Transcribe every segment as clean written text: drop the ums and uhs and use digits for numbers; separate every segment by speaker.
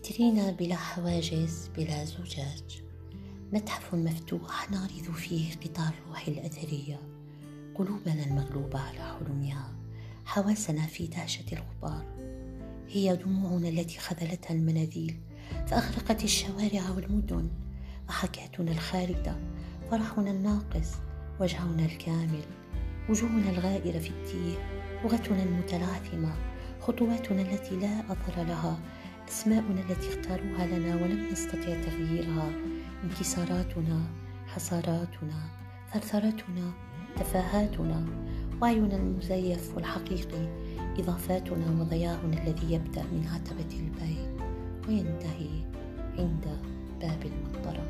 Speaker 1: فيترينا بلا حواجز بلا زجاج، متحف مفتوح نعرض فيه قطع الروح الأثرية، قلوبنا المغلوبة على حلمها، حواسنا في دهشة الغبار. هي دموعنا التي خذلتها المناديل فأغرقت الشوارع والمدن، ضحكاتنا الخالدة، فرحنا الناقص، وجهنا الكامل، وجوهنا الغائرة في التيه، لغتنا المتلعثمة، خطواتنا التي لا أثر لها، أسماؤنا التي اختاروها لنا ولم نستطع تغييرها، انكساراتنا، حساراتنا، ثرثرتنا، تفاهاتنا، وعينا المزيف والحقيقي، إضافاتنا، وضياعنا الذي يبدأ من عتبة البيت وينتهي عند باب المقبرة.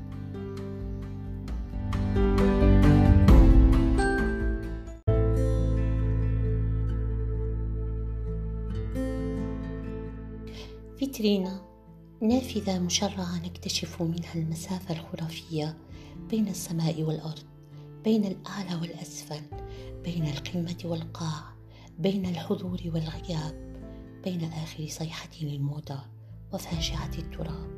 Speaker 1: فيترينا نافذة مشرعة نكتشف منها المسافة الخرافية بين السماء والأرض، بين الأعلى والأسفل، بين القمة والقاع، بين الحضور والغياب، بين آخر صيحة للموضة وفاجعة التراب.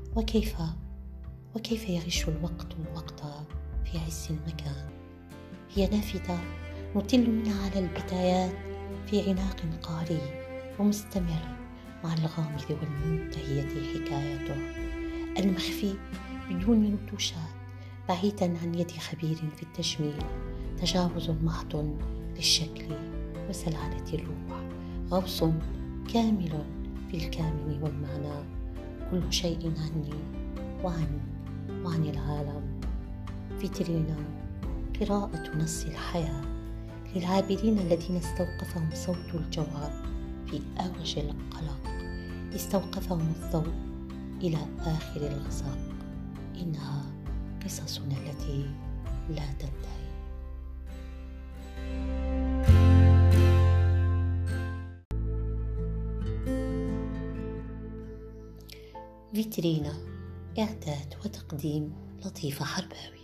Speaker 1: وكيف يغش الوقت في عز المكان. هي نافذة نطل منها على البدايات في عناق قاري ومستمر مع الغامض والمنتهية حكايته، المخفي بدون نتوشات، بعيدا عن يد خبير في التجميل، تجاوز محض للشكل وسلالة الروح، غوص كامل في الكامن والمعنى، كل شيء عني وعن العالم. فيترينا قراءة نص الحياة للعابرين الذين استوقفهم صوت الجوار في أوج القلق، استوقفهم الضوء إلى آخر الغساق. إنها قصصنا التي لا تنتهي. فيترينا، إعداد وتقديم لطيفة حرباوي.